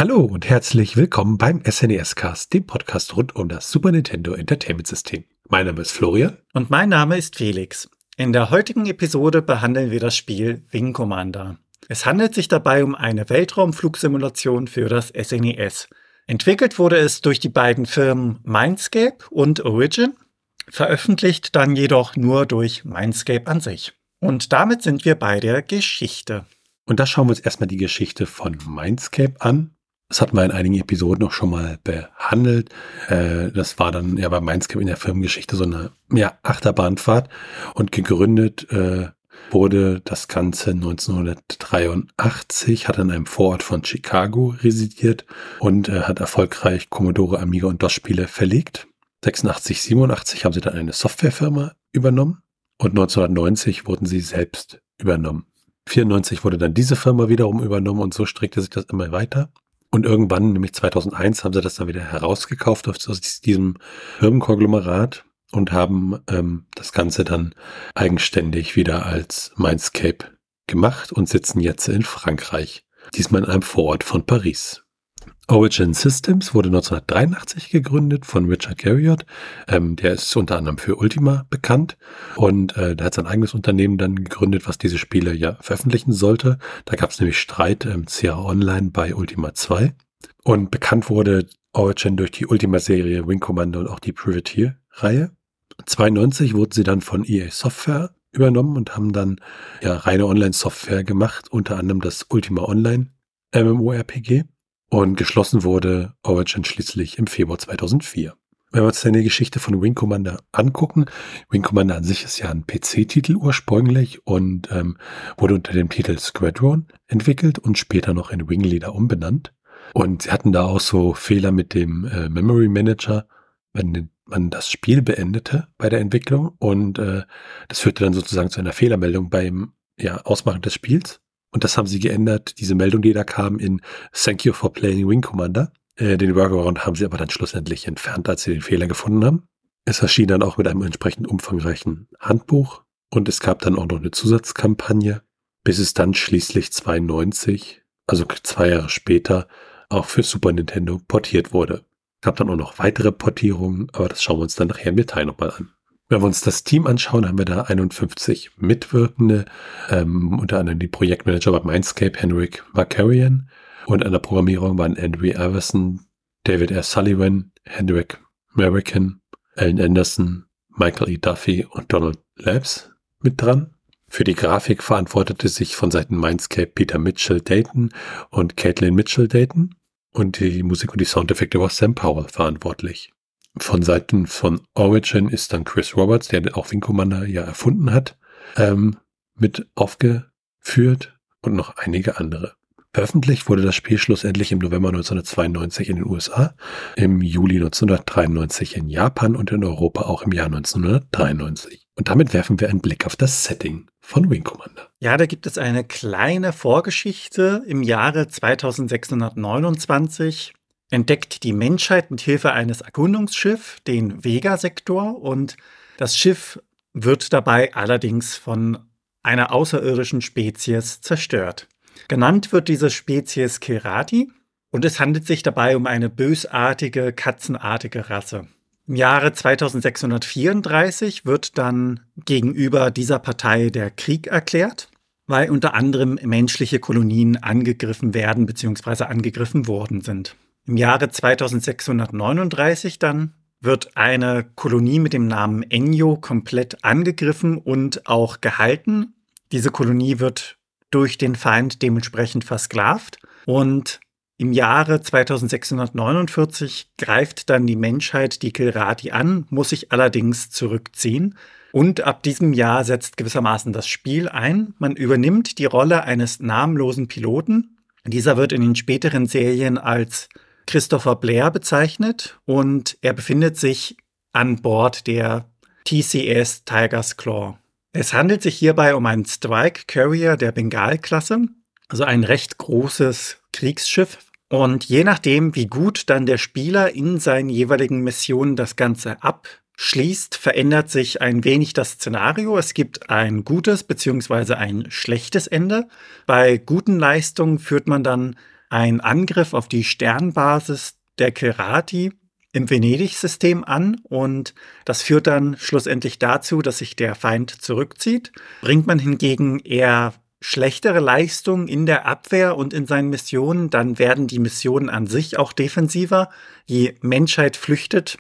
Hallo und herzlich willkommen beim SNES-Cast, dem Podcast rund um das Super Nintendo Entertainment System. Mein Name ist Florian. Und mein Name ist Felix. In der heutigen Episode behandeln wir das Spiel Wing Commander. Es handelt sich dabei um eine Weltraumflugsimulation für das SNES. Entwickelt wurde es durch die beiden Firmen Mindscape und Origin, veröffentlicht dann jedoch nur durch Mindscape an sich. Und damit sind wir bei der Geschichte. Und da schauen wir uns erstmal die Geschichte von Mindscape an. Das hatten wir in einigen Episoden noch schon mal behandelt. Das war dann ja bei Mindscape in der Firmengeschichte so eine Achterbahnfahrt. Und gegründet wurde das Ganze 1983, hat an einem Vorort von Chicago residiert und hat erfolgreich Commodore, Amiga und DOS-Spiele verlegt. 86, 87 haben sie dann eine Softwarefirma übernommen und 1990 wurden sie selbst übernommen. 94 wurde dann diese Firma wiederum übernommen und so streckte sich das immer weiter. Und irgendwann, nämlich 2001, haben sie das dann wieder herausgekauft aus diesem Firmenkonglomerat und haben das Ganze dann eigenständig wieder als Mindscape gemacht und sitzen jetzt in Frankreich. Diesmal in einem Vorort von Paris. Origin Systems wurde 1983 gegründet von Richard Garriott. Der ist unter anderem für Ultima bekannt und der hat sein eigenes Unternehmen dann gegründet, was diese Spiele ja veröffentlichen sollte. Da gab es nämlich Streit im Sierra Online bei Ultima 2. Und bekannt wurde Origin durch die Ultima-Serie Wing Commander und auch die Privateer-Reihe. 1992 wurden sie dann von EA Software übernommen und haben dann reine Online-Software gemacht, unter anderem das Ultima Online MMORPG. Und geschlossen wurde Origin schließlich im Februar 2004. Wenn wir uns dann die Geschichte von Wing Commander angucken, Wing Commander an sich ist ja ein PC-Titel ursprünglich und wurde unter dem Titel Squadron entwickelt und später noch in Wing Leader umbenannt. Und sie hatten da auch so Fehler mit dem Memory Manager, wenn man das Spiel beendete bei der Entwicklung und das führte dann sozusagen zu einer Fehlermeldung beim Ausmachen des Spiels. Und das haben sie geändert, diese Meldung, die da kam, in Thank you for playing Wing Commander. Den Workaround haben sie aber dann schlussendlich entfernt, als sie den Fehler gefunden haben. Es erschien dann auch mit einem entsprechend umfangreichen Handbuch und es gab dann auch noch eine Zusatzkampagne, bis es dann schließlich 92, also 2 Jahre später, auch für Super Nintendo portiert wurde. Es gab dann auch noch weitere Portierungen, aber das schauen wir uns dann nachher im Detail nochmal an. Wenn wir uns das Team anschauen, haben wir da 51 Mitwirkende, unter anderem die Projektmanager bei Mindscape, Henrik Vakarian, und an der Programmierung waren Andrew Everson, David R. Sullivan, Henrik Merrican, Alan Anderson, Michael E. Duffy und Donald Labs mit dran. Für die Grafik verantwortete sich von Seiten Mindscape Peter Mitchell-Dayton und Caitlin Mitchell-Dayton und die Musik und die Soundeffekte war Sam Powell verantwortlich. Von Seiten von Origin ist dann Chris Roberts, der auch Wing Commander erfunden hat, mit aufgeführt und noch einige andere. Veröffentlicht wurde das Spiel schlussendlich im November 1992 in den USA, im Juli 1993 in Japan und in Europa auch im Jahr 1993. Und damit werfen wir einen Blick auf das Setting von Wing Commander. Ja, da gibt es eine kleine Vorgeschichte. Im Jahre 2629 entdeckt die Menschheit mit Hilfe eines Erkundungsschiffs den Vega-Sektor und das Schiff wird dabei allerdings von einer außerirdischen Spezies zerstört. Genannt wird diese Spezies Kilrathi und es handelt sich dabei um eine bösartige, katzenartige Rasse. Im Jahre 2634 wird dann gegenüber dieser Partei der Krieg erklärt, weil unter anderem menschliche Kolonien angegriffen werden bzw. angegriffen worden sind. Im Jahre 2639 dann wird eine Kolonie mit dem Namen Enyo komplett angegriffen und auch gehalten. Diese Kolonie wird durch den Feind dementsprechend versklavt und im Jahre 2649 greift dann die Menschheit die Kilrathi an, muss sich allerdings zurückziehen. Und ab diesem Jahr setzt gewissermaßen das Spiel ein. Man übernimmt die Rolle eines namenlosen Piloten. Dieser wird in den späteren Serien als Christopher Blair bezeichnet und er befindet sich an Bord der TCS Tiger's Claw. Es handelt sich hierbei um einen Strike Carrier der Bengal-Klasse, also ein recht großes Kriegsschiff. Und je nachdem, wie gut dann der Spieler in seinen jeweiligen Missionen das Ganze abschließt, verändert sich ein wenig das Szenario. Es gibt ein gutes bzw. ein schlechtes Ende. Bei guten Leistungen führt man dann ein Angriff auf die Sternbasis der Kirati im Venedig-System an und das führt dann schlussendlich dazu, dass sich der Feind zurückzieht. Bringt man hingegen eher schlechtere Leistungen in der Abwehr und in seinen Missionen, dann werden die Missionen an sich auch defensiver. Die Menschheit flüchtet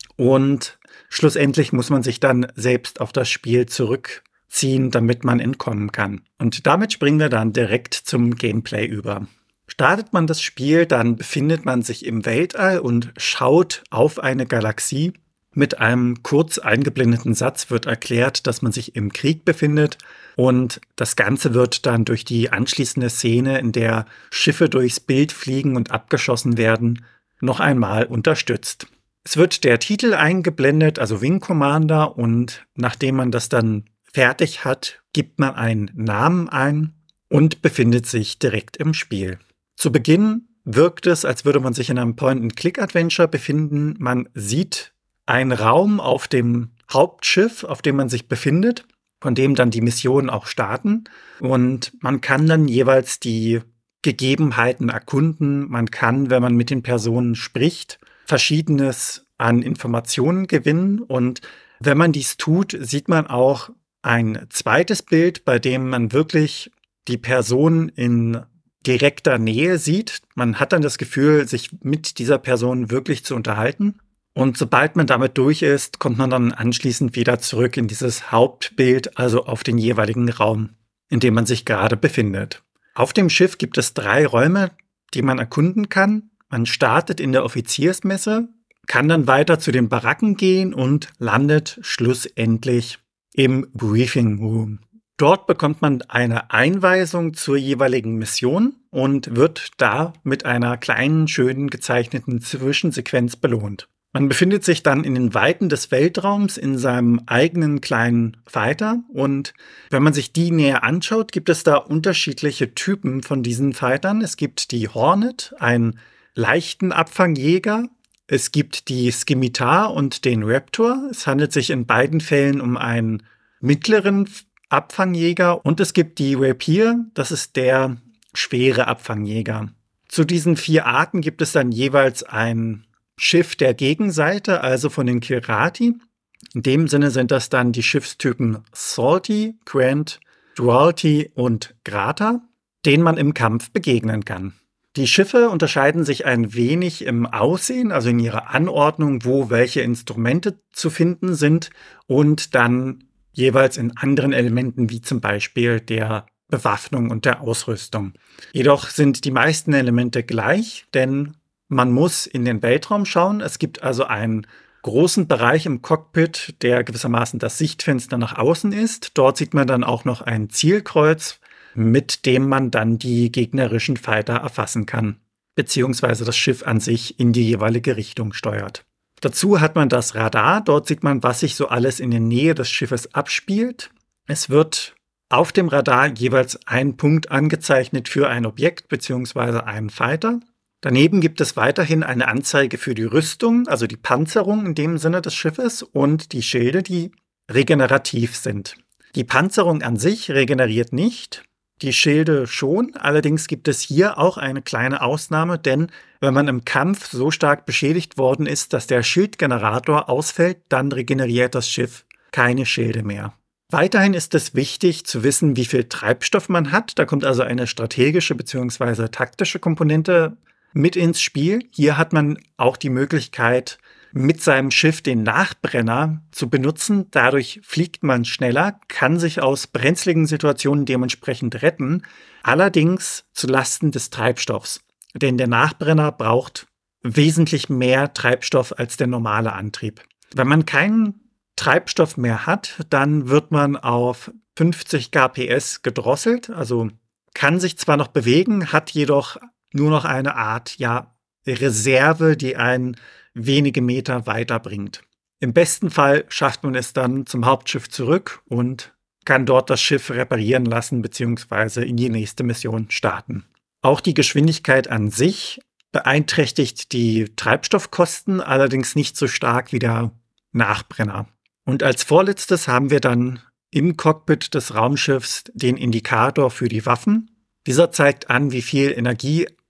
und schlussendlich muss man sich dann selbst auf das Spiel zurückziehen, damit man entkommen kann. Und damit springen wir dann direkt zum Gameplay über. Startet man das Spiel, dann befindet man sich im Weltall und schaut auf eine Galaxie. Mit einem kurz eingeblendeten Satz wird erklärt, dass man sich im Krieg befindet und das Ganze wird dann durch die anschließende Szene, in der Schiffe durchs Bild fliegen und abgeschossen werden, noch einmal unterstützt. Es wird der Titel eingeblendet, also Wing Commander, und nachdem man das dann fertig hat, gibt man einen Namen ein und befindet sich direkt im Spiel. Zu Beginn wirkt es, als würde man sich in einem Point-and-Click-Adventure befinden. Man sieht einen Raum auf dem Hauptschiff, auf dem man sich befindet, von dem dann die Missionen auch starten. Und man kann dann jeweils die Gegebenheiten erkunden. Man kann, wenn man mit den Personen spricht, Verschiedenes an Informationen gewinnen. Und wenn man dies tut, sieht man auch ein zweites Bild, bei dem man wirklich die Person in direkter Nähe sieht. Man hat dann das Gefühl, sich mit dieser Person wirklich zu unterhalten. Und sobald man damit durch ist, kommt man dann anschließend wieder zurück in dieses Hauptbild, also auf den jeweiligen Raum, in dem man sich gerade befindet. Auf dem Schiff gibt es 3 Räume, die man erkunden kann. Man startet in der Offiziersmesse, kann dann weiter zu den Baracken gehen und landet schlussendlich im Briefing Room. Dort bekommt man eine Einweisung zur jeweiligen Mission und wird da mit einer kleinen, schönen gezeichneten Zwischensequenz belohnt. Man befindet sich dann in den Weiten des Weltraums in seinem eigenen kleinen Fighter und wenn man sich die näher anschaut, gibt es da unterschiedliche Typen von diesen Fightern. Es gibt die Hornet, einen leichten Abfangjäger. Es gibt die Scimitar und den Raptor. Es handelt sich in beiden Fällen um einen mittleren Abfangjäger und es gibt die Rapier, das ist der schwere Abfangjäger. Zu diesen 4 Arten gibt es dann jeweils ein Schiff der Gegenseite, also von den Kirati. In dem Sinne sind das dann die Schiffstypen Salty, Grant, Duality und Grata, denen man im Kampf begegnen kann. Die Schiffe unterscheiden sich ein wenig im Aussehen, also in ihrer Anordnung, wo welche Instrumente zu finden sind und dann jeweils in anderen Elementen, wie zum Beispiel der Bewaffnung und der Ausrüstung. Jedoch sind die meisten Elemente gleich, denn man muss in den Weltraum schauen. Es gibt also einen großen Bereich im Cockpit, der gewissermaßen das Sichtfenster nach außen ist. Dort sieht man dann auch noch ein Zielkreuz, mit dem man dann die gegnerischen Fighter erfassen kann, beziehungsweise das Schiff an sich in die jeweilige Richtung steuert. Dazu hat man das Radar, dort sieht man, was sich so alles in der Nähe des Schiffes abspielt. Es wird auf dem Radar jeweils ein Punkt angezeichnet für ein Objekt bzw. einen Fighter. Daneben gibt es weiterhin eine Anzeige für die Rüstung, also die Panzerung in dem Sinne des Schiffes und die Schilde, die regenerativ sind. Die Panzerung an sich regeneriert nicht, die Schilde schon, allerdings gibt es hier auch eine kleine Ausnahme, denn wenn man im Kampf so stark beschädigt worden ist, dass der Schildgenerator ausfällt, dann regeneriert das Schiff keine Schilde mehr. Weiterhin ist es wichtig zu wissen, wie viel Treibstoff man hat. Da kommt also eine strategische bzw. taktische Komponente mit ins Spiel. Hier hat man auch die Möglichkeit, mit seinem Schiff den Nachbrenner zu benutzen. Dadurch fliegt man schneller, kann sich aus brenzligen Situationen dementsprechend retten, allerdings zu Lasten des Treibstoffs. Denn der Nachbrenner braucht wesentlich mehr Treibstoff als der normale Antrieb. Wenn man keinen Treibstoff mehr hat, dann wird man auf 50 kps gedrosselt, also kann sich zwar noch bewegen, hat jedoch nur noch eine Art Reserve, die einen wenige Meter weiterbringt. Im besten Fall schafft man es dann zum Hauptschiff zurück und kann dort das Schiff reparieren lassen bzw. in die nächste Mission starten. Auch die Geschwindigkeit an sich beeinträchtigt die Treibstoffkosten, allerdings nicht so stark wie der Nachbrenner. Und als vorletztes haben wir dann im Cockpit des Raumschiffs den Indikator für die Waffen. Dieser zeigt an, wie viel Energie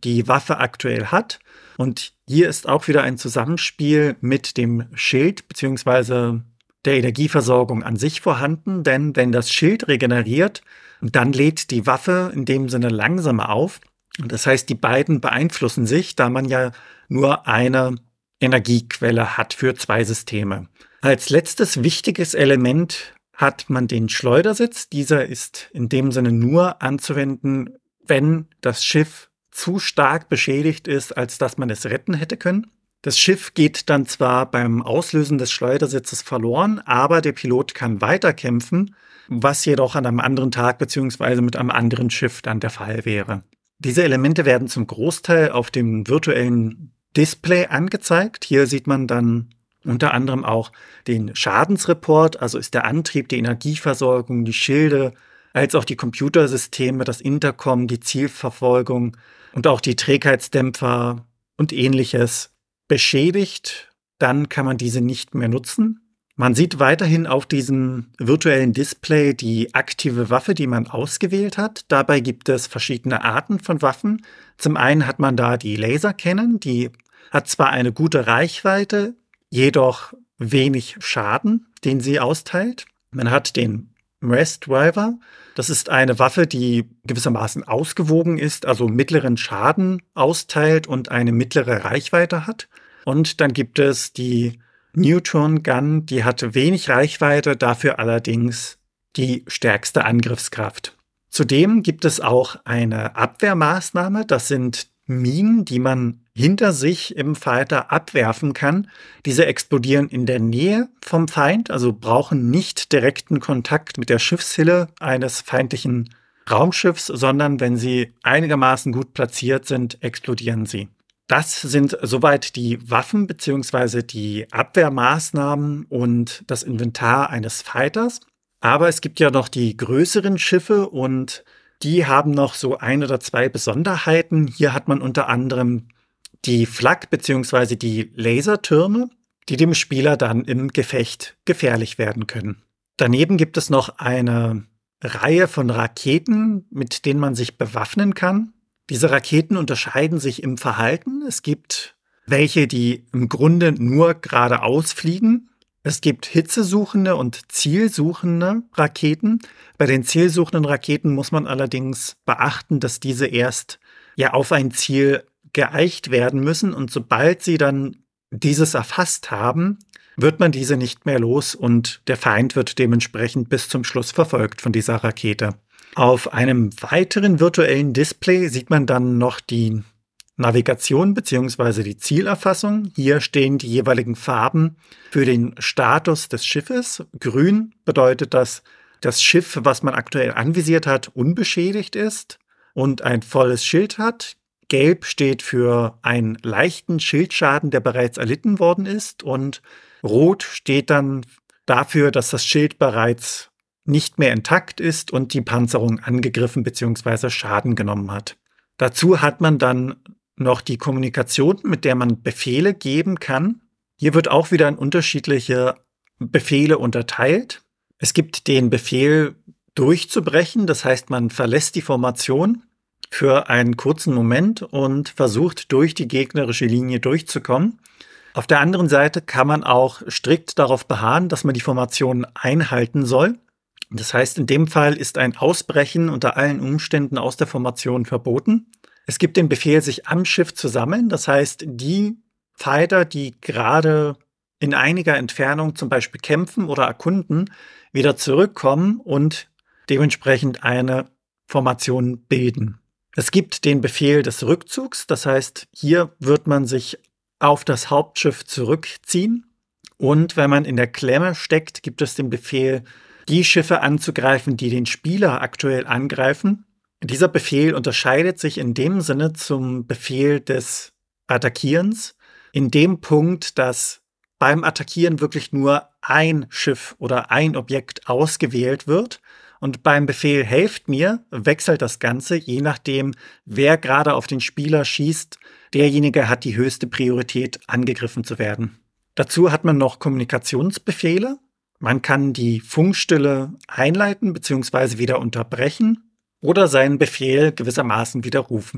die Waffe aktuell hat. Und hier ist auch wieder ein Zusammenspiel mit dem Schild bzw. der Energieversorgung an sich vorhanden, denn wenn das Schild regeneriert, dann lädt die Waffe in dem Sinne langsamer auf. Und das heißt, die beiden beeinflussen sich, da man ja nur eine Energiequelle hat für zwei Systeme. Als letztes wichtiges Element hat man den Schleudersitz. Dieser ist in dem Sinne nur anzuwenden, wenn das Schiff zu stark beschädigt ist, als dass man es retten hätte können. Das Schiff geht dann zwar beim Auslösen des Schleudersitzes verloren, aber der Pilot kann weiterkämpfen, was jedoch an einem anderen Tag bzw. mit einem anderen Schiff dann der Fall wäre. Diese Elemente werden zum Großteil auf dem virtuellen Display angezeigt. Hier sieht man dann unter anderem auch den Schadensreport, also ist der Antrieb, die Energieversorgung, die Schilde, als auch die Computersysteme, das Intercom, die Zielverfolgung und auch die Trägheitsdämpfer und ähnliches beschädigt. Dann kann man diese nicht mehr nutzen. Man sieht weiterhin auf diesem virtuellen Display die aktive Waffe, die man ausgewählt hat. Dabei gibt es verschiedene Arten von Waffen. Zum einen hat man da die Laser Cannon, die hat zwar eine gute Reichweite, jedoch wenig Schaden, den sie austeilt. Man hat den Rest Driver. Das ist eine Waffe, die gewissermaßen ausgewogen ist, also mittleren Schaden austeilt und eine mittlere Reichweite hat. Und dann gibt es die Neutron Gun, die hat wenig Reichweite, dafür allerdings die stärkste Angriffskraft. Zudem gibt es auch eine Abwehrmaßnahme, das sind Minen, die man hinter sich im Fighter abwerfen kann. Diese explodieren in der Nähe vom Feind, also brauchen nicht direkten Kontakt mit der Schiffshülle eines feindlichen Raumschiffs, sondern wenn sie einigermaßen gut platziert sind, explodieren sie. Das sind soweit die Waffen bzw. die Abwehrmaßnahmen und das Inventar eines Fighters. Aber es gibt ja noch die größeren Schiffe und die haben noch so ein oder zwei Besonderheiten. Hier hat man unter anderem die Flak bzw. die Lasertürme, die dem Spieler dann im Gefecht gefährlich werden können. Daneben gibt es noch eine Reihe von Raketen, mit denen man sich bewaffnen kann. Diese Raketen unterscheiden sich im Verhalten. Es gibt welche, die im Grunde nur geradeaus fliegen. Es gibt hitzesuchende und zielsuchende Raketen. Bei den zielsuchenden Raketen muss man allerdings beachten, dass diese erst auf ein Ziel geeicht werden müssen. Und sobald sie dann dieses erfasst haben, wird man diese nicht mehr los und der Feind wird dementsprechend bis zum Schluss verfolgt von dieser Rakete. Auf einem weiteren virtuellen Display sieht man dann noch die Navigation bzw. die Zielerfassung. Hier stehen die jeweiligen Farben für den Status des Schiffes. Grün bedeutet, dass das Schiff, was man aktuell anvisiert hat, unbeschädigt ist und ein volles Schild hat. Gelb steht für einen leichten Schildschaden, der bereits erlitten worden ist. Und Rot steht dann dafür, dass das Schild bereits nicht mehr intakt ist und die Panzerung angegriffen bzw. Schaden genommen hat. Dazu hat man dann noch die Kommunikation, mit der man Befehle geben kann. Hier wird auch wieder in unterschiedliche Befehle unterteilt. Es gibt den Befehl durchzubrechen, das heißt, man verlässt die Formation für einen kurzen Moment und versucht durch die gegnerische Linie durchzukommen. Auf der anderen Seite kann man auch strikt darauf beharren, dass man die Formation einhalten soll. Das heißt, in dem Fall ist ein Ausbrechen unter allen Umständen aus der Formation verboten. Es gibt den Befehl, sich am Schiff zu sammeln. Das heißt, die Fighter, die gerade in einiger Entfernung zum Beispiel kämpfen oder erkunden, wieder zurückkommen und dementsprechend eine Formation bilden. Es gibt den Befehl des Rückzugs. Das heißt, hier wird man sich auf das Hauptschiff zurückziehen. Und wenn man in der Klemme steckt, gibt es den Befehl, die Schiffe anzugreifen, die den Spieler aktuell angreifen. Dieser Befehl unterscheidet sich in dem Sinne zum Befehl des Attackierens, in dem Punkt, dass beim Attackieren wirklich nur ein Schiff oder ein Objekt ausgewählt wird. Und beim Befehl Helft mir wechselt das Ganze, je nachdem, wer gerade auf den Spieler schießt. Derjenige hat die höchste Priorität, angegriffen zu werden. Dazu hat man noch Kommunikationsbefehle. Man kann die Funkstille einleiten bzw. wieder unterbrechen oder seinen Befehl gewissermaßen widerrufen.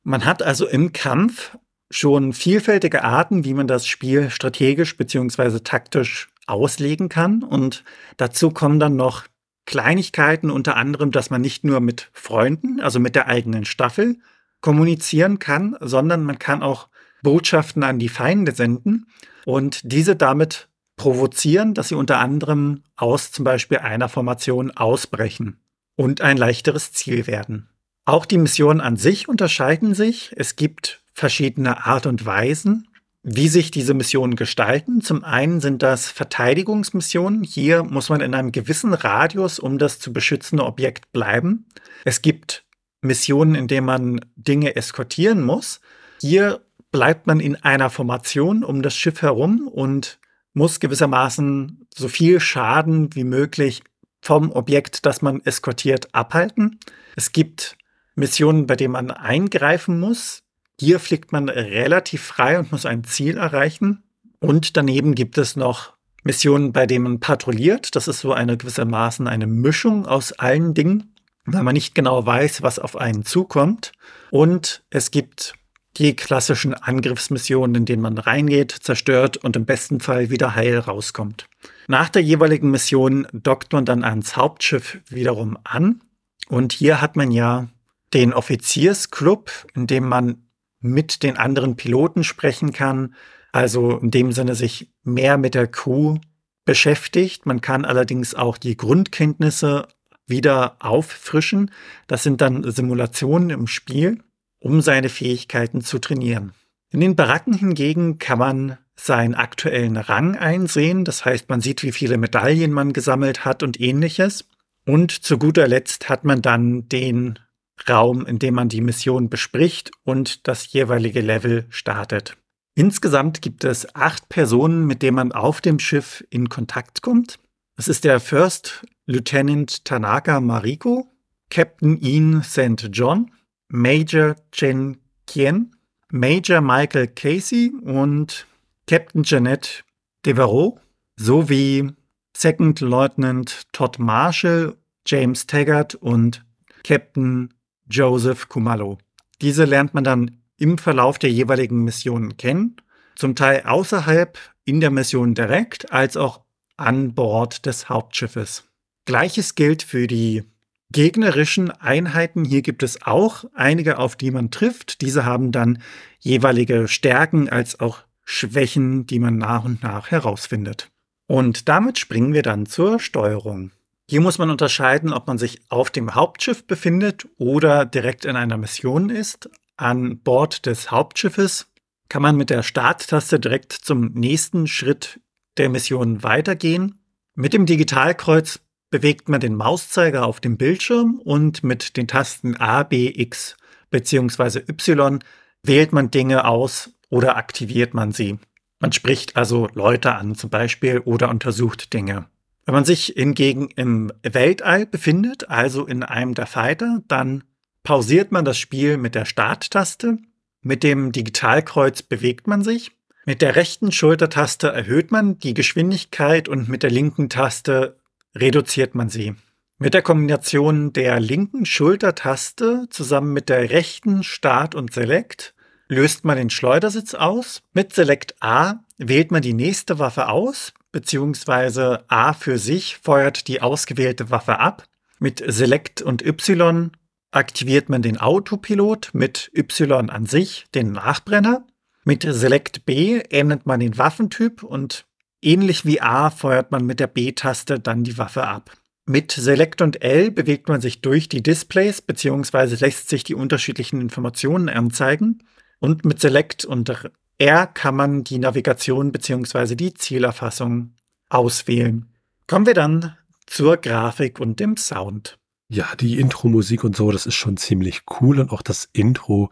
Man hat also im Kampf schon vielfältige Arten, wie man das Spiel strategisch bzw. taktisch auslegen kann. Und dazu kommen dann noch Kleinigkeiten, unter anderem, dass man nicht nur mit Freunden, also mit der eigenen Staffel, kommunizieren kann, sondern man kann auch Botschaften an die Feinde senden und diese damit provozieren, dass sie unter anderem aus zum Beispiel einer Formation ausbrechen und ein leichteres Ziel werden. Auch die Missionen an sich unterscheiden sich. Es gibt verschiedene Art und Weisen, wie sich diese Missionen gestalten. Zum einen sind das Verteidigungsmissionen. Hier muss man in einem gewissen Radius um das zu beschützende Objekt bleiben. Es gibt Missionen, in denen man Dinge eskortieren muss. Hier bleibt man in einer Formation um das Schiff herum und muss gewissermaßen so viel Schaden wie möglich vom Objekt, das man eskortiert, abhalten. Es gibt Missionen, bei denen man eingreifen muss. Hier fliegt man relativ frei und muss ein Ziel erreichen. Und daneben gibt es noch Missionen, bei denen man patrouilliert. Das ist so gewissermaßen eine Mischung aus allen Dingen, weil man nicht genau weiß, was auf einen zukommt. Und es gibt die klassischen Angriffsmissionen, in denen man reingeht, zerstört und im besten Fall wieder heil rauskommt. Nach der jeweiligen Mission dockt man dann ans Hauptschiff wiederum an. Und hier hat man ja den Offiziersclub, in dem man mit den anderen Piloten sprechen kann, also in dem Sinne sich mehr mit der Crew beschäftigt. Man kann allerdings auch die Grundkenntnisse wieder auffrischen. Das sind dann Simulationen im Spiel, um seine Fähigkeiten zu trainieren. In den Baracken hingegen kann man seinen aktuellen Rang einsehen. Das heißt, man sieht, wie viele Medaillen man gesammelt hat und ähnliches. Und zu guter Letzt hat man dann den Raum, in dem man die Mission bespricht und das jeweilige Level startet. Insgesamt gibt es 8 Personen, mit denen man auf dem Schiff in Kontakt kommt. Es ist der First Lieutenant Tanaka Mariko, Captain Ian St. John, Major Chen Kien, Major Michael Casey und Captain Jeanette Devereaux sowie Second Lieutenant Todd Marshall, James Taggart und Captain Joseph Kumalo. Diese lernt man dann im Verlauf der jeweiligen Missionen kennen, zum Teil außerhalb in der Mission direkt, als auch an Bord des Hauptschiffes. Gleiches gilt für die gegnerischen Einheiten. Hier gibt es auch einige, auf die man trifft. Diese haben dann jeweilige Stärken als auch Schwächen, die man nach und nach herausfindet. Und damit springen wir dann zur Steuerung. Hier muss man unterscheiden, ob man sich auf dem Hauptschiff befindet oder direkt in einer Mission ist. An Bord des Hauptschiffes kann man mit der Starttaste direkt zum nächsten Schritt der Mission weitergehen. Mit dem Digitalkreuz bewegt man den Mauszeiger auf dem Bildschirm und mit den Tasten A, B, X bzw. Y wählt man Dinge aus oder aktiviert man sie. Man spricht also Leute an zum Beispiel oder untersucht Dinge. Wenn man sich hingegen im Weltall befindet, also in einem der Fighter, dann pausiert man das Spiel mit der Starttaste. Mit dem Digitalkreuz bewegt man sich. Mit der rechten Schultertaste erhöht man die Geschwindigkeit und mit der linken Taste reduziert man sie. Mit der Kombination der linken Schultertaste zusammen mit der rechten Start und Select löst man den Schleudersitz aus. Mit Select A wählt man die nächste Waffe aus, beziehungsweise A für sich feuert die ausgewählte Waffe ab. Mit Select und Y aktiviert man den Autopilot, mit Y an sich den Nachbrenner. Mit Select B ändert man den Waffentyp und ähnlich wie A feuert man mit der B-Taste dann die Waffe ab. Mit Select und L bewegt man sich durch die Displays bzw. lässt sich die unterschiedlichen Informationen anzeigen. Und mit Select und R kann man die Navigation bzw. die Zielerfassung auswählen. Kommen wir dann zur Grafik und dem Sound. Ja, die Intro-Musik und so, das ist schon ziemlich cool und auch das Intro,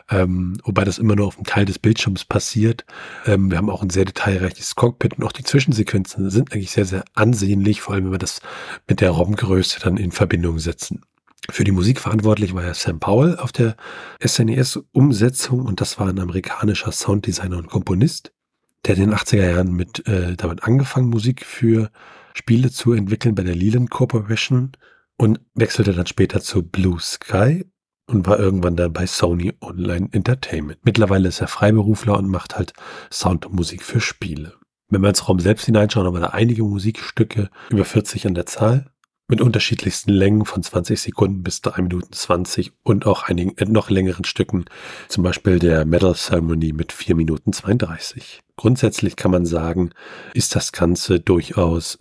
wobei das immer nur auf einem Teil des Bildschirms passiert. Wir haben auch ein sehr detailreiches Cockpit und auch die Zwischensequenzen sind eigentlich sehr, sehr ansehnlich, vor allem wenn wir das mit der ROM-Größe dann in Verbindung setzen. Für die Musik verantwortlich war ja Sam Powell auf der SNES-Umsetzung und das war ein amerikanischer Sounddesigner und Komponist, der in den 80er Jahren damit angefangen, Musik für Spiele zu entwickeln bei der Leland Corporation und wechselte dann später zu Blue Sky und war irgendwann dann bei Sony Online Entertainment. Mittlerweile ist er Freiberufler und macht halt Sound und Musik für Spiele. Wenn wir ins Raum selbst hineinschauen, haben wir da einige Musikstücke, über 40 an der Zahl, mit unterschiedlichsten Längen von 20 Sekunden bis 3 Minuten 20 und auch einigen noch längeren Stücken, zum Beispiel der Metal Ceremony mit 4 Minuten 32. Grundsätzlich kann man sagen, ist das Ganze durchaus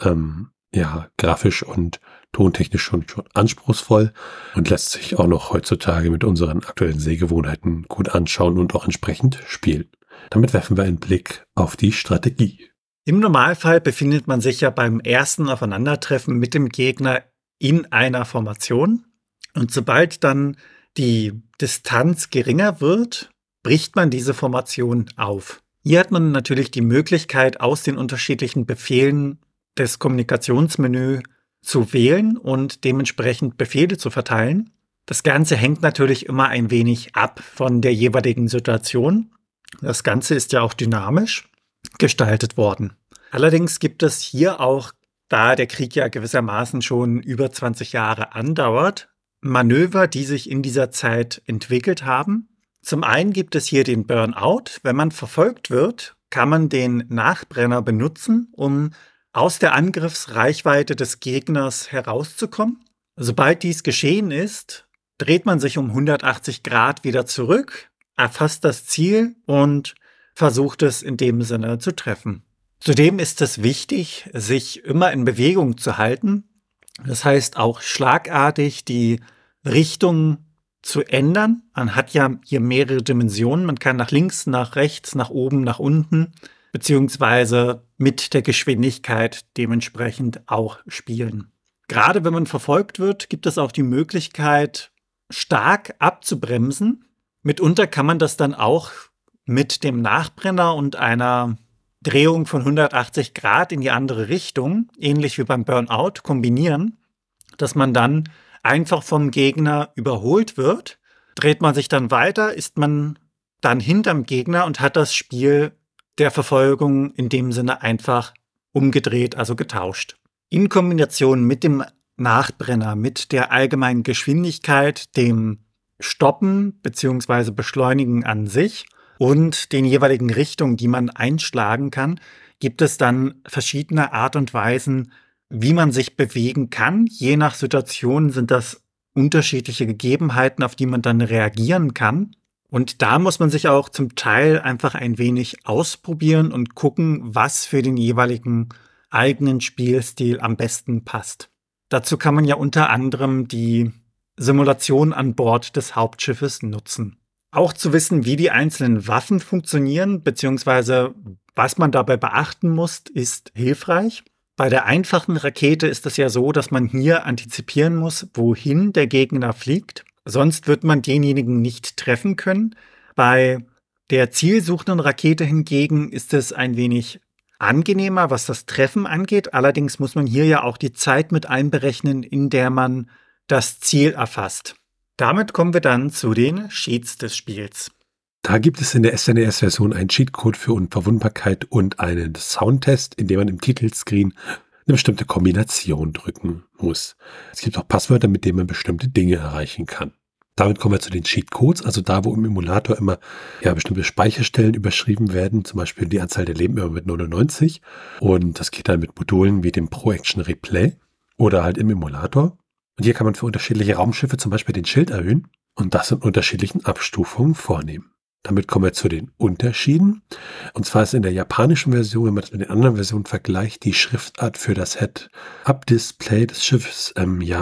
grafisch und tontechnisch schon anspruchsvoll und lässt sich auch noch heutzutage mit unseren aktuellen Sehgewohnheiten gut anschauen und auch entsprechend spielen. Damit werfen wir einen Blick auf die Strategie. Im Normalfall befindet man sich ja beim ersten Aufeinandertreffen mit dem Gegner in einer Formation. Und sobald dann die Distanz geringer wird, bricht man diese Formation auf. Hier hat man natürlich die Möglichkeit, aus den unterschiedlichen Befehlen des Kommunikationsmenüs zu wählen und dementsprechend Befehle zu verteilen. Das Ganze hängt natürlich immer ein wenig ab von der jeweiligen Situation. Das Ganze ist ja auch dynamisch gestaltet worden. Allerdings gibt es hier auch, da der Krieg ja gewissermaßen schon über 20 Jahre andauert, Manöver, die sich in dieser Zeit entwickelt haben. Zum einen gibt es hier den Burnout. Wenn man verfolgt wird, kann man den Nachbrenner benutzen, um aus der Angriffsreichweite des Gegners herauszukommen. Sobald dies geschehen ist, dreht man sich um 180 Grad wieder zurück, erfasst das Ziel und versucht es in dem Sinne zu treffen. Zudem ist es wichtig, sich immer in Bewegung zu halten. Das heißt auch schlagartig die Richtung zu ändern. Man hat ja hier mehrere Dimensionen. Man kann nach links, nach rechts, nach oben, nach unten, beziehungsweise mit der Geschwindigkeit dementsprechend auch spielen. Gerade wenn man verfolgt wird, gibt es auch die Möglichkeit, stark abzubremsen. Mitunter kann man das dann auch mit dem Nachbrenner und einer Drehung von 180 Grad in die andere Richtung, ähnlich wie beim Burnout, kombinieren, dass man dann einfach vom Gegner überholt wird. Dreht man sich dann weiter, ist man dann hinterm Gegner und hat das Spiel der Verfolgung in dem Sinne einfach umgedreht, also getauscht. In Kombination mit dem Nachbrenner, mit der allgemeinen Geschwindigkeit, dem Stoppen bzw. Beschleunigen an sich und den jeweiligen Richtungen, die man einschlagen kann, gibt es dann verschiedene Art und Weisen, wie man sich bewegen kann. Je nach Situation sind das unterschiedliche Gegebenheiten, auf die man dann reagieren kann. Und da muss man sich auch zum Teil einfach ein wenig ausprobieren und gucken, was für den jeweiligen eigenen Spielstil am besten passt. Dazu kann man ja unter anderem die Simulation an Bord des Hauptschiffes nutzen. Auch zu wissen, wie die einzelnen Waffen funktionieren, beziehungsweise was man dabei beachten muss, ist hilfreich. Bei der einfachen Rakete ist es ja so, dass man hier antizipieren muss, wohin der Gegner fliegt. Sonst wird man denjenigen nicht treffen können. Bei der zielsuchenden Rakete hingegen ist es ein wenig angenehmer, was das Treffen angeht. Allerdings muss man hier ja auch die Zeit mit einberechnen, in der man das Ziel erfasst. Damit kommen wir dann zu den Cheats des Spiels. Da gibt es in der SNES-Version einen Cheatcode für Unverwundbarkeit und einen Soundtest, in dem man im Titelscreen eine bestimmte Kombination drücken muss. Es gibt auch Passwörter, mit denen man bestimmte Dinge erreichen kann. Damit kommen wir zu den Cheatcodes, also da, wo im Emulator immer bestimmte Speicherstellen überschrieben werden, zum Beispiel die Anzahl der Leben immer mit 99. Und das geht dann mit Modulen wie dem Pro Action Replay oder halt im Emulator. Und hier kann man für unterschiedliche Raumschiffe zum Beispiel den Schild erhöhen und das in unterschiedlichen Abstufungen vornehmen. Damit kommen wir zu den Unterschieden. Und zwar ist in der japanischen Version, wenn man das mit den anderen Versionen vergleicht, die Schriftart für das Head-Up-Display des Schiffes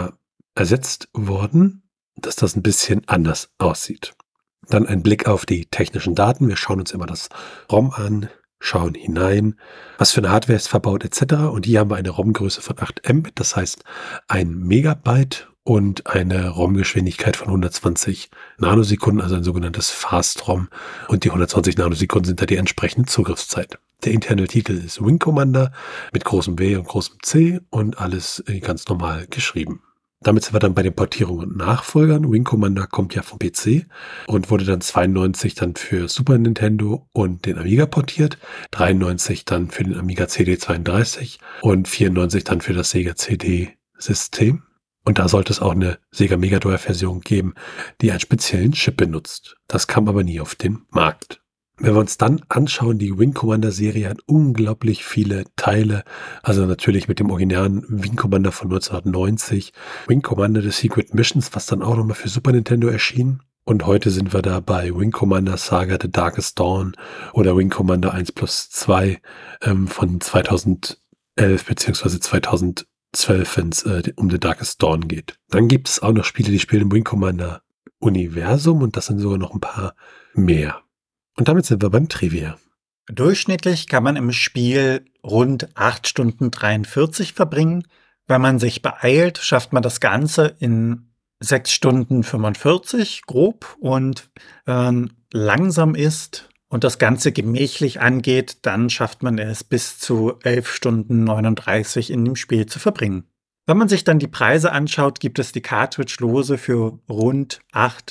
ersetzt worden, dass das ein bisschen anders aussieht. Dann ein Blick auf die technischen Daten. Wir schauen uns immer das ROM an, schauen hinein, was für eine Hardware ist verbaut etc. Und hier haben wir eine ROM-Größe von 8 Mbit, das heißt 1 Megabyte und eine ROM-Geschwindigkeit von 120 Nanosekunden, also ein sogenanntes Fast-ROM. Und die 120 Nanosekunden sind da die entsprechende Zugriffszeit. Der interne Titel ist Wing Commander mit großem W und großem C und alles ganz normal geschrieben. Damit sind wir dann bei den Portierungen und Nachfolgern. Wing Commander kommt ja vom PC und wurde dann 92 dann für Super Nintendo und den Amiga portiert, 93 dann für den Amiga CD32 und 94 dann für das Sega CD-System. Und da sollte es auch eine Sega Mega Drive-Version geben, die einen speziellen Chip benutzt. Das kam aber nie auf den Markt. Wenn wir uns dann anschauen, die Wing Commander Serie hat unglaublich viele Teile. Also natürlich mit dem originalen Wing Commander von 1990. Wing Commander The Secret Missions, was dann auch nochmal für Super Nintendo erschien. Und heute sind wir da bei Wing Commander Saga The Darkest Dawn oder Wing Commander 1+2 von 2011 bzw. 2012, wenn es um The Darkest Dawn geht. Dann gibt es auch noch Spiele, die spielen im Wing Commander Universum und das sind sogar noch ein paar mehr. Und damit sind wir beim Trivia. Durchschnittlich kann man im Spiel rund 8 Stunden 43 verbringen. Wenn man sich beeilt, schafft man das Ganze in 6 Stunden 45 grob. Und wenn man langsam ist und das Ganze gemächlich angeht, dann schafft man es bis zu 11 Stunden 39 in dem Spiel zu verbringen. Wenn man sich dann die Preise anschaut, gibt es die Cartridge-Lose für rund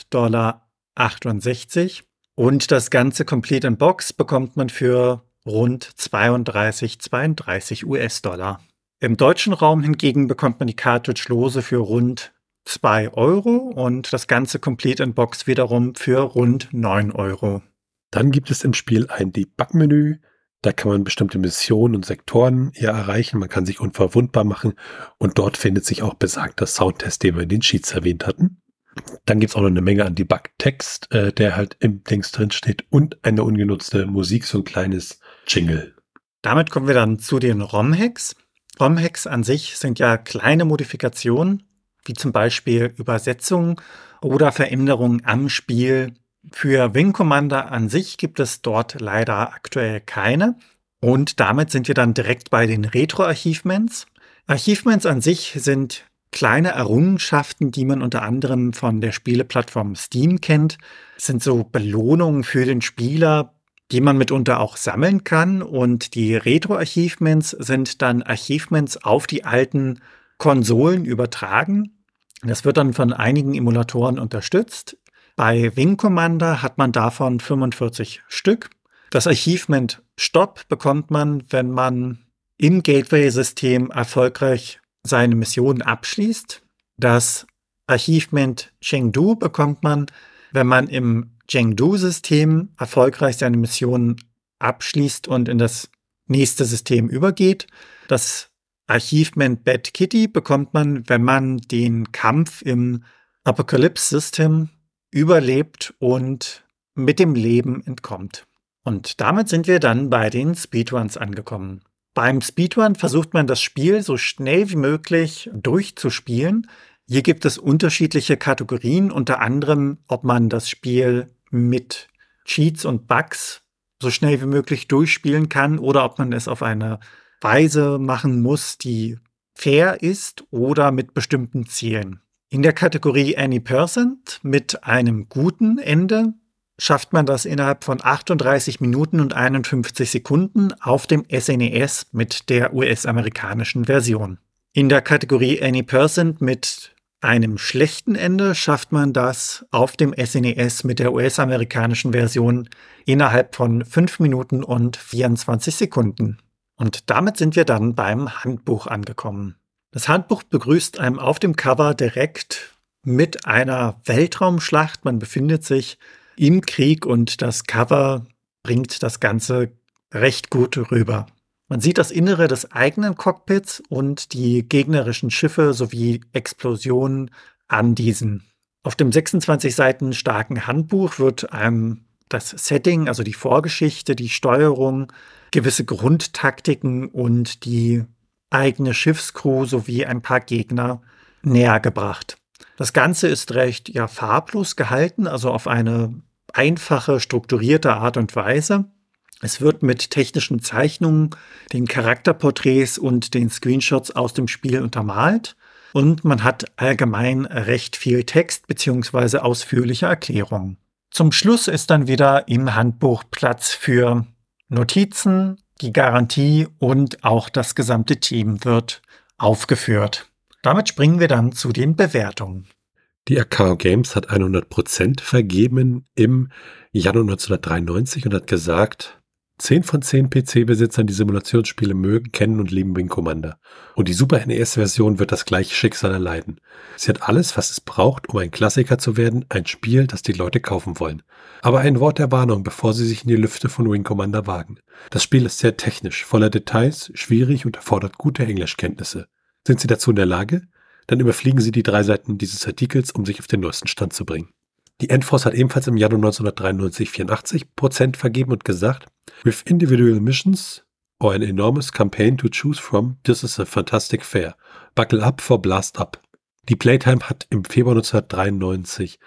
$8,68. Und das Ganze Complete in Box bekommt man für rund 32 US-Dollar. Im deutschen Raum hingegen bekommt man die Cartridge-Lose für rund 2 Euro und das Ganze Complete in Box wiederum für rund 9 Euro. Dann gibt es im Spiel ein Debug-Menü. Da kann man bestimmte Missionen und Sektoren erreichen. Man kann sich unverwundbar machen und dort findet sich auch besagter Soundtest, den wir in den Sheets erwähnt hatten. Dann gibt es auch noch eine Menge an Debug-Text, der halt im Dings drin steht und eine ungenutzte Musik, so ein kleines Jingle. Damit kommen wir dann zu den ROM-Hacks. ROM-Hacks an sich sind ja kleine Modifikationen, wie zum Beispiel Übersetzungen oder Veränderungen am Spiel. Für Wing Commander an sich gibt es dort leider aktuell keine. Und damit sind wir dann direkt bei den Retro-Achievements. Achievements an sich sind kleine Errungenschaften, die man unter anderem von der Spieleplattform Steam kennt. Es sind so Belohnungen für den Spieler, die man mitunter auch sammeln kann. Und die Retro-Achievements sind dann Achievements auf die alten Konsolen übertragen. Das wird dann von einigen Emulatoren unterstützt. Bei Wing Commander hat man davon 45 Stück. Das Achievement Stop bekommt man, wenn man im Gateway-System erfolgreich seine Mission abschließt. Das Achievement Chengdu bekommt man, wenn man im Chengdu-System erfolgreich seine Mission abschließt und in das nächste System übergeht. Das Achievement Bad Kitty bekommt man, wenn man den Kampf im Apocalypse-System überlebt und mit dem Leben entkommt. Und damit sind wir dann bei den Speedruns angekommen. Beim Speedrun versucht man das Spiel so schnell wie möglich durchzuspielen. Hier gibt es unterschiedliche Kategorien, unter anderem, ob man das Spiel mit Cheats und Bugs so schnell wie möglich durchspielen kann oder ob man es auf eine Weise machen muss, die fair ist oder mit bestimmten Zielen. In der Kategorie Any Percent mit einem guten Ende schafft man das innerhalb von 38 Minuten und 51 Sekunden auf dem SNES mit der US-amerikanischen Version. In der Kategorie Any Percent mit einem schlechten Ende schafft man das auf dem SNES mit der US-amerikanischen Version innerhalb von 5 Minuten und 24 Sekunden. Und damit sind wir dann beim Handbuch angekommen. Das Handbuch begrüßt einem auf dem Cover direkt mit einer Weltraumschlacht. Man befindet sich im Krieg und das Cover bringt das Ganze recht gut rüber. Man sieht das Innere des eigenen Cockpits und die gegnerischen Schiffe sowie Explosionen an diesen. Auf dem 26 Seiten starken Handbuch wird einem das Setting, also die Vorgeschichte, die Steuerung, gewisse Grundtaktiken und die eigene Schiffscrew sowie ein paar Gegner näher gebracht. Das Ganze ist recht farblos gehalten, also auf eine einfache, strukturierte Art und Weise. Es wird mit technischen Zeichnungen, den Charakterporträts und den Screenshots aus dem Spiel untermalt und man hat allgemein recht viel Text bzw. ausführliche Erklärungen. Zum Schluss ist dann wieder im Handbuch Platz für Notizen, die Garantie und auch das gesamte Team wird aufgeführt. Damit springen wir dann zu den Bewertungen. Die Arcao Games hat 100% vergeben im Januar 1993 und hat gesagt, 10 von 10 PC-Besitzern, die Simulationsspiele mögen, kennen und lieben Wing Commander. Und die Super NES-Version wird das gleiche Schicksal erleiden. Sie hat alles, was es braucht, um ein Klassiker zu werden, ein Spiel, das die Leute kaufen wollen. Aber ein Wort der Warnung, bevor sie sich in die Lüfte von Wing Commander wagen. Das Spiel ist sehr technisch, voller Details, schwierig und erfordert gute Englischkenntnisse. Sind Sie dazu in der Lage? Dann überfliegen Sie die 3 Seiten dieses Artikels, um sich auf den neuesten Stand zu bringen. Die Endforce hat ebenfalls im Januar 1993 84% vergeben und gesagt, with individual missions or an enormous campaign to choose from, this is a fantastic fair. Buckle up for blast up. Die Playtime hat im Februar 1993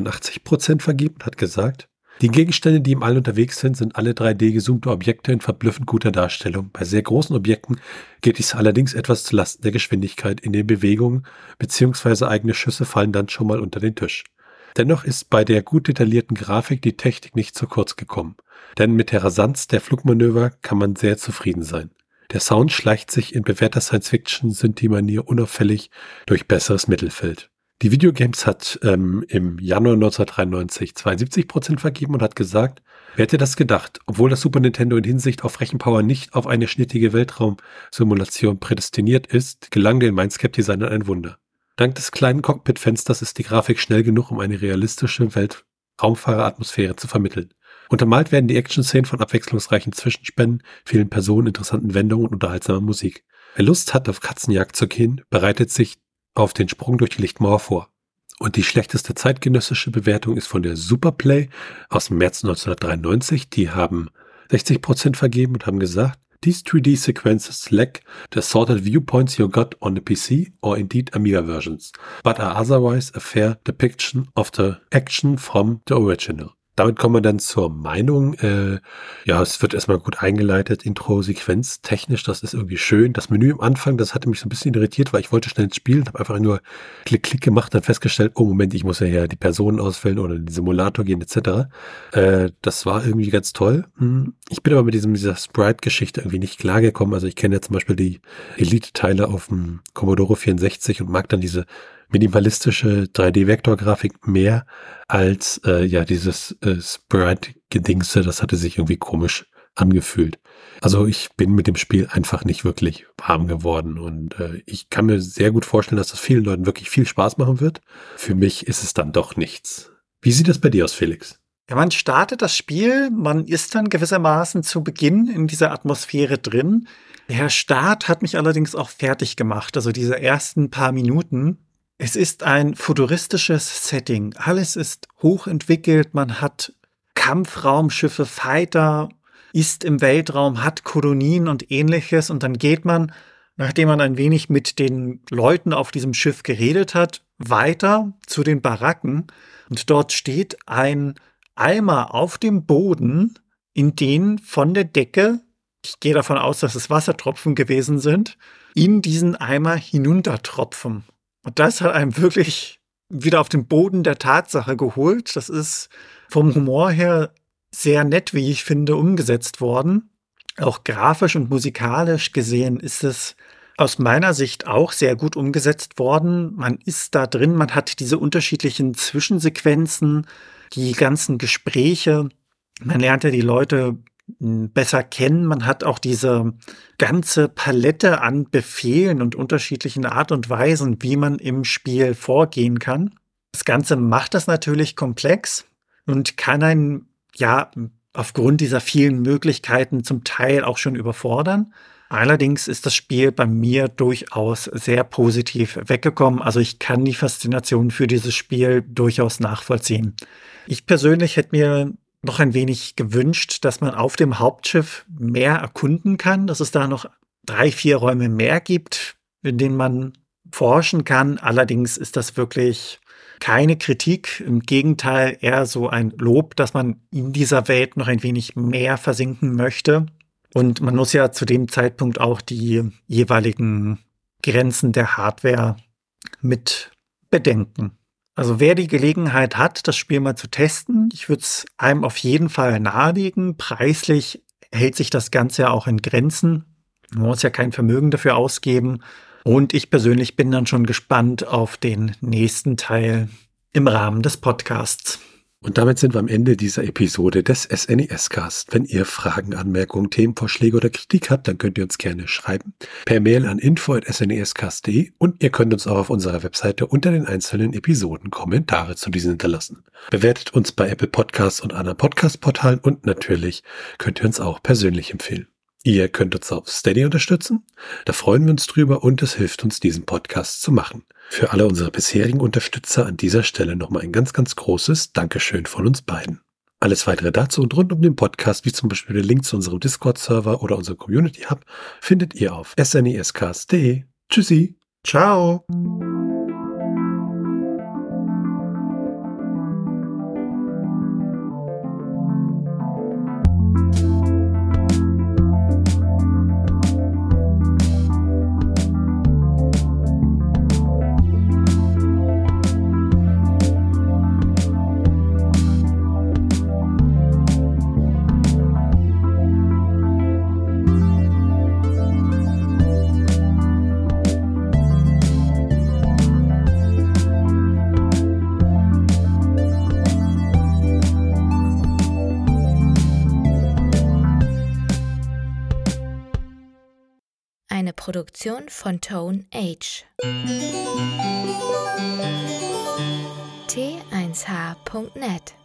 83% vergeben und hat gesagt, die Gegenstände, die im All unterwegs sind alle 3D-gezoomte Objekte in verblüffend guter Darstellung. Bei sehr großen Objekten geht dies allerdings etwas zulasten der Geschwindigkeit in den Bewegungen, beziehungsweise eigene Schüsse fallen dann schon mal unter den Tisch. Dennoch ist bei der gut detaillierten Grafik die Technik nicht zu kurz gekommen, denn mit der Rasanz der Flugmanöver kann man sehr zufrieden sein. Der Sound schleicht sich in bewährter Science-Fiction-Synthie-Manier unauffällig durch besseres Mittelfeld. Die Videogames hat im Januar 1993 72% vergeben und hat gesagt, wer hätte das gedacht, obwohl das Super Nintendo in Hinsicht auf Rechenpower nicht auf eine schnittige Weltraumsimulation prädestiniert ist, gelang den Mindscape-Designern ein Wunder. Dank des kleinen Cockpit-Fensters ist die Grafik schnell genug, um eine realistische Weltraumfahrer-Atmosphäre zu vermitteln. Untermalt werden die Action-Szenen von abwechslungsreichen Zwischenspänen, vielen Personen, interessanten Wendungen und unterhaltsamer Musik. Wer Lust hat, auf Katzenjagd zu gehen, bereitet sich auf den Sprung durch die Lichtmauer vor. Und die schlechteste zeitgenössische Bewertung ist von der Superplay aus dem März 1993. Die haben 60% vergeben und haben gesagt, these 3D sequences lack the assorted viewpoints you got on the PC or indeed Amiga versions, but are otherwise a fair depiction of the action from the original. Damit kommen wir dann zur Meinung. Es wird erstmal gut eingeleitet, Intro-Sequenz, technisch, das ist irgendwie schön. Das Menü am Anfang, das hatte mich so ein bisschen irritiert, weil ich wollte schnell ins Spiel, habe einfach nur Klick gemacht, dann festgestellt, oh Moment, ich muss ja hier die Personen auswählen oder in den Simulator gehen etc. Das war irgendwie ganz toll. Ich bin aber mit dieser Sprite-Geschichte irgendwie nicht klargekommen. Also ich kenne ja zum Beispiel die Elite-Teile auf dem Commodore 64 und mag dann diese minimalistische 3D-Vektorgrafik mehr als dieses Sprite-Gedingse. Das hatte sich irgendwie komisch angefühlt. Also ich bin mit dem Spiel einfach nicht wirklich warm geworden und ich kann mir sehr gut vorstellen, dass das vielen Leuten wirklich viel Spaß machen wird. Für mich ist es dann doch nichts. Wie sieht das bei dir aus, Felix? Ja, man startet das Spiel, man ist dann gewissermaßen zu Beginn in dieser Atmosphäre drin. Der Start hat mich allerdings auch fertig gemacht, also diese ersten paar Minuten. Es ist ein futuristisches Setting. Alles ist hochentwickelt. Man hat Kampfraumschiffe, Fighter, ist im Weltraum, hat Kolonien und Ähnliches. Und dann geht man, nachdem man ein wenig mit den Leuten auf diesem Schiff geredet hat, weiter zu den Baracken. Und dort steht ein Eimer auf dem Boden, in den von der Decke, ich gehe davon aus, dass es Wassertropfen gewesen sind, in diesen Eimer hinuntertropfen. Und das hat einem wirklich wieder auf den Boden der Tatsache geholt. Das ist vom Humor her sehr nett, wie ich finde, umgesetzt worden. Auch grafisch und musikalisch gesehen ist es aus meiner Sicht auch sehr gut umgesetzt worden. Man ist da drin, man hat diese unterschiedlichen Zwischensequenzen, die ganzen Gespräche. Man lernt ja die Leute besser kennen. Man hat auch diese ganze Palette an Befehlen und unterschiedlichen Art und Weisen, wie man im Spiel vorgehen kann. Das Ganze macht das natürlich komplex und kann einen, aufgrund dieser vielen Möglichkeiten zum Teil auch schon überfordern. Allerdings ist das Spiel bei mir durchaus sehr positiv weggekommen. Also ich kann die Faszination für dieses Spiel durchaus nachvollziehen. Ich persönlich hätte mir noch ein wenig gewünscht, dass man auf dem Hauptschiff mehr erkunden kann, dass es da noch 3-4 Räume mehr gibt, in denen man forschen kann. Allerdings ist das wirklich keine Kritik, im Gegenteil eher so ein Lob, dass man in dieser Welt noch ein wenig mehr versinken möchte. Und man muss ja zu dem Zeitpunkt auch die jeweiligen Grenzen der Hardware mit bedenken. Also wer die Gelegenheit hat, das Spiel mal zu testen, ich würde es einem auf jeden Fall nahelegen. Preislich hält sich das Ganze ja auch in Grenzen. Man muss ja kein Vermögen dafür ausgeben. Und ich persönlich bin dann schon gespannt auf den nächsten Teil im Rahmen des Podcasts. Und damit sind wir am Ende dieser Episode des SNES-Cast. Wenn ihr Fragen, Anmerkungen, Themenvorschläge oder Kritik habt, dann könnt ihr uns gerne schreiben. Per Mail an info@snescast.de und ihr könnt uns auch auf unserer Webseite unter den einzelnen Episoden Kommentare zu diesen hinterlassen. Bewertet uns bei Apple Podcasts und anderen Podcast-Portalen und natürlich könnt ihr uns auch persönlich empfehlen. Ihr könnt uns auf Steady unterstützen. Da freuen wir uns drüber und es hilft uns, diesen Podcast zu machen. Für alle unsere bisherigen Unterstützer an dieser Stelle nochmal ein ganz, ganz großes Dankeschön von uns beiden. Alles weitere dazu und rund um den Podcast, wie zum Beispiel der Link zu unserem Discord-Server oder unserem Community-Hub, findet ihr auf snescast.de. Tschüssi. Ciao. Eine Produktion von Tone Age. T1h.net